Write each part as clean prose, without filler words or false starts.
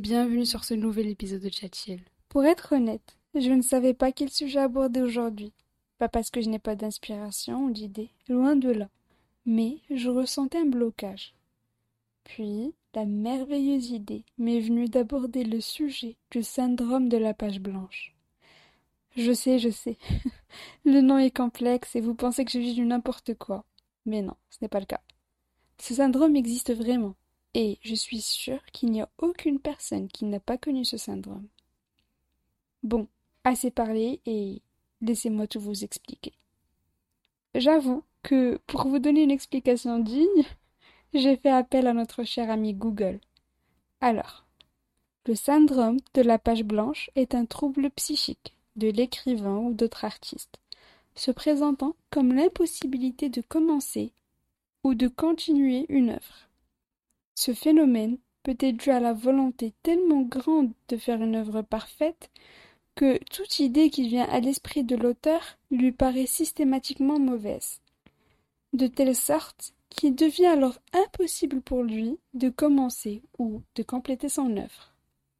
bienvenue sur ce nouvel épisode de Chat Chill. Pour être honnête, je ne savais pas quel sujet aborder aujourd'hui. Pas parce que je n'ai pas d'inspiration ou d'idée, loin de là. Mais je ressentais un blocage. Puis, la merveilleuse idée m'est venue d'aborder le sujet du syndrome de la page blanche. Je sais, le nom est complexe et vous pensez que je dis du n'importe quoi. Mais non, ce n'est pas le cas. Ce syndrome existe vraiment. Et je suis sûre qu'il n'y a aucune personne qui n'a pas connu ce syndrome. Bon, assez parlé et laissez-moi tout vous expliquer. J'avoue que pour vous donner une explication digne, j'ai fait appel à notre cher ami Google. Alors, le syndrome de la page blanche est un trouble psychique de l'écrivain ou d'autres artistes, se présentant comme l'impossibilité de commencer ou de continuer une œuvre. Ce phénomène peut être dû à la volonté tellement grande de faire une œuvre parfaite que toute idée qui vient à l'esprit de l'auteur lui paraît systématiquement mauvaise, de telle sorte qu'il devient alors impossible pour lui de commencer ou de compléter son œuvre.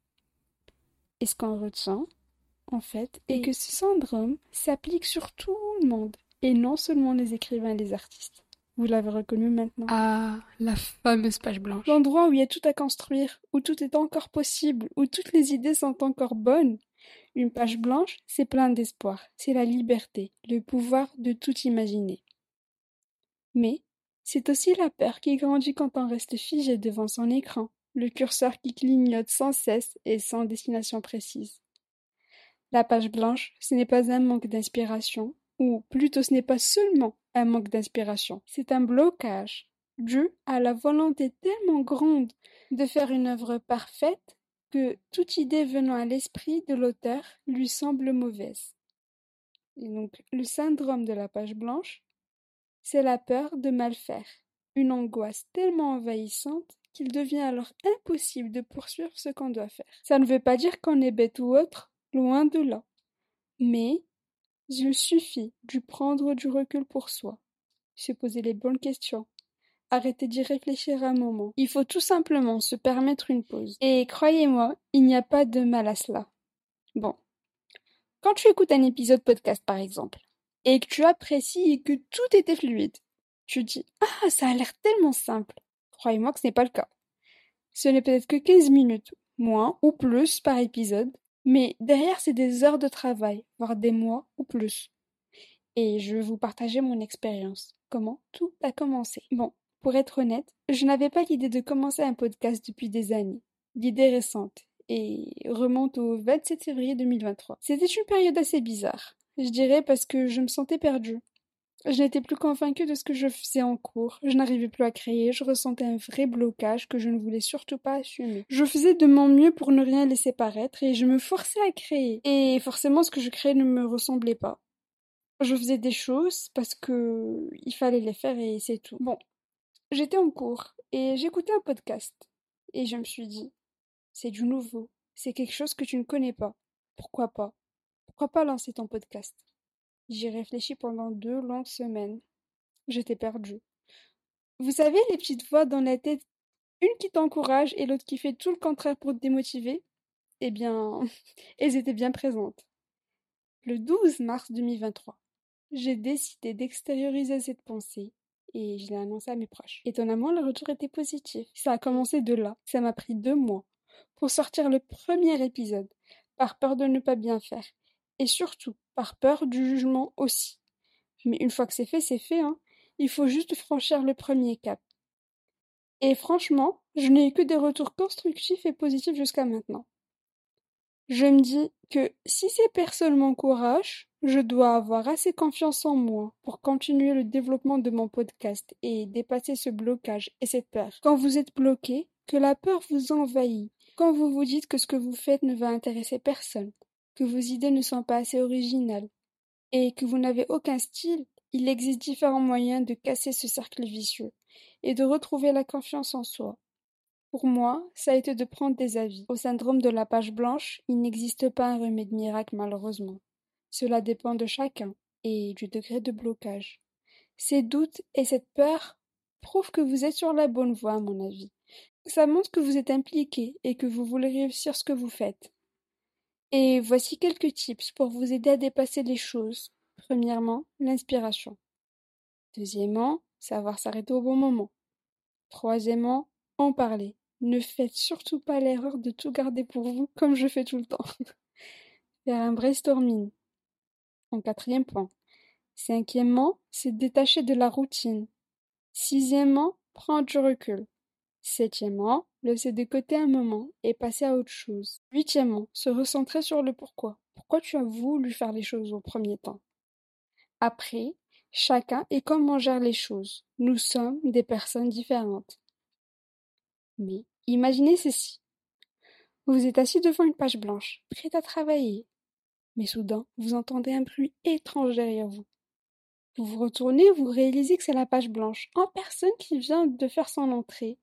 Et ce qu'on retient, en fait, est que ce syndrome s'applique sur tout le monde, et non seulement les écrivains et les artistes. Vous l'avez reconnu maintenant. Ah, la fameuse page blanche. L'endroit où il y a tout à construire, où tout est encore possible, où toutes les idées sont encore bonnes. Une page blanche, c'est plein d'espoir, c'est la liberté, le pouvoir de tout imaginer. Mais c'est aussi la peur qui grandit quand on reste figé devant son écran, le curseur qui clignote sans cesse et sans destination précise. La page blanche, ce n'est pas un manque d'inspiration, ou plutôt ce n'est pas seulement un manque d'inspiration, c'est un blocage dû à la volonté tellement grande de faire une œuvre parfaite que toute idée venant à l'esprit de l'auteur lui semble mauvaise. Et donc, le syndrome de la page blanche, c'est la peur de mal faire, une angoisse tellement envahissante qu'il devient alors impossible de poursuivre ce qu'on doit faire. Ça ne veut pas dire qu'on est bête ou autre, loin de là. Mais il suffit de prendre du recul pour soi, se poser les bonnes questions, arrêter d'y réfléchir un moment. Il faut tout simplement se permettre une pause. Et croyez-moi, il n'y a pas de mal à cela. Bon, quand tu écoutes un épisode podcast par exemple, et que tu apprécies et que tout était fluide, tu dis « Ah, ça a l'air tellement simple !» Croyez-moi que ce n'est pas le cas. Ce n'est peut-être que 15 minutes, moins ou plus par épisode, mais derrière c'est des heures de travail, voire des mois ou plus. Et je vais vous partager mon expérience, comment tout a commencé. Bon, pour être honnête, je n'avais pas l'idée de commencer un podcast depuis des années. L'idée récente, et remonte au 27 février 2023. C'était une période assez bizarre, je dirais parce que je me sentais perdue. Je n'étais plus convaincue de ce que je faisais en cours, je n'arrivais plus à créer, je ressentais un vrai blocage que je ne voulais surtout pas assumer. Je faisais de mon mieux pour ne rien laisser paraître et je me forçais à créer. Et forcément ce que je créais ne me ressemblait pas. Je faisais des choses parce que il fallait les faire et c'est tout. Bon, j'étais en cours et j'écoutais un podcast. Et je me suis dit, c'est du nouveau, c'est quelque chose que tu ne connais pas. Pourquoi pas? Pourquoi pas lancer ton podcast? J'y réfléchis pendant 2 longues semaines. J'étais perdue. Vous savez, les petites voix dans la tête, une qui t'encourage et l'autre qui fait tout le contraire pour te démotiver? Eh bien, elles étaient bien présentes. Le 12 mars 2023. J'ai décidé d'extérioriser cette pensée et je l'ai annoncé à mes proches. Étonnamment, le retour était positif. Ça a commencé de là. Ça m'a pris 2 mois pour sortir le premier épisode, par peur de ne pas bien faire. Et surtout, par peur du jugement aussi. Mais une fois que c'est fait, hein. Il faut juste franchir le premier cap. Et franchement, je n'ai eu que des retours constructifs et positifs jusqu'à maintenant. Je me dis que si ces personnes m'encouragent, je dois avoir assez confiance en moi pour continuer le développement de mon podcast et dépasser ce blocage et cette peur. Quand vous êtes bloqué, que la peur vous envahit, quand vous vous dites que ce que vous faites ne va intéresser personne, que vos idées ne sont pas assez originales et que vous n'avez aucun style, il existe différents moyens de casser ce cercle vicieux et de retrouver la confiance en soi. Pour moi, ça a été de prendre des avis. Au syndrome de la page blanche, il n'existe pas un remède miracle malheureusement. Cela dépend de chacun et du degré de blocage. Ces doutes et cette peur prouvent que vous êtes sur la bonne voie à mon avis. Ça montre que vous êtes impliqué et que vous voulez réussir ce que vous faites. Et voici quelques tips pour vous aider à dépasser les choses. Premièrement, l'inspiration. Deuxièmement, savoir s'arrêter au bon moment. Troisièmement, en parler. Ne faites surtout pas l'erreur de tout garder pour vous comme je fais tout le temps. Faire un brainstorming. En quatrième point. Cinquièmement, se détacher de la routine. Sixièmement, prendre du recul. Septièmement, laisser de côté un moment et passer à autre chose. Huitièmement, se recentrer sur le pourquoi. Pourquoi tu as voulu faire les choses au premier temps. Après, chacun est comme on gère les choses. Nous sommes des personnes différentes. Mais imaginez ceci. Vous êtes assis devant une page blanche, prêt à travailler. Mais soudain, vous entendez un bruit étrange derrière vous. Vous vous retournez, vous réalisez que c'est la page blanche, en personne qui vient de faire son entrée,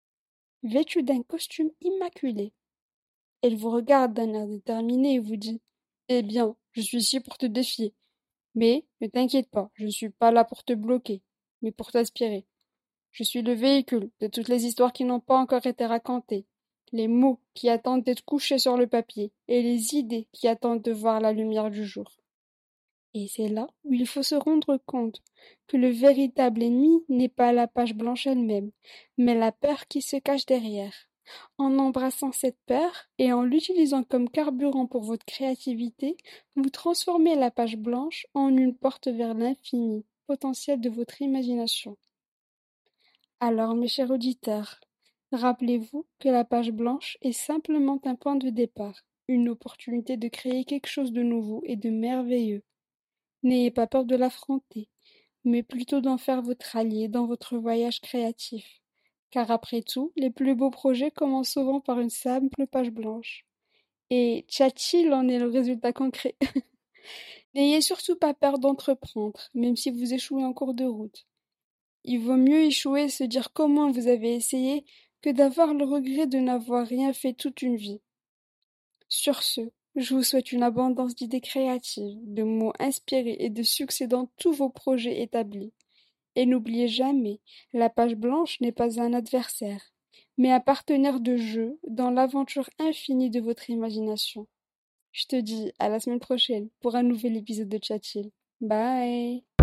vêtue d'un costume immaculé. Elle vous regarde d'un air déterminé et vous dit: Eh bien, je suis ici pour te défier. Mais ne t'inquiète pas, je ne suis pas là pour te bloquer, mais pour t'inspirer. Je suis le véhicule de toutes les histoires qui n'ont pas encore été racontées, les mots qui attendent d'être couchés sur le papier et les idées qui attendent de voir la lumière du jour. Et c'est là où il faut se rendre compte que le véritable ennemi n'est pas la page blanche elle-même, mais la peur qui se cache derrière. En embrassant cette peur et en l'utilisant comme carburant pour votre créativité, vous transformez la page blanche en une porte vers l'infini potentiel de votre imagination. Alors, mes chers auditeurs, rappelez-vous que la page blanche est simplement un point de départ, une opportunité de créer quelque chose de nouveau et de merveilleux. N'ayez pas peur de l'affronter, mais plutôt d'en faire votre allié dans votre voyage créatif. Car après tout, les plus beaux projets commencent souvent par une simple page blanche. Et Tchatchil en est le résultat concret. N'ayez surtout pas peur d'entreprendre, même si vous échouez en cours de route. Il vaut mieux échouer et se dire comment vous avez essayé que d'avoir le regret de n'avoir rien fait toute une vie. Sur ce, je vous souhaite une abondance d'idées créatives, de mots inspirés et de succès dans tous vos projets établis. Et n'oubliez jamais, la page blanche n'est pas un adversaire, mais un partenaire de jeu dans l'aventure infinie de votre imagination. Je te dis à la semaine prochaine pour un nouvel épisode de Chat Chill. Bye!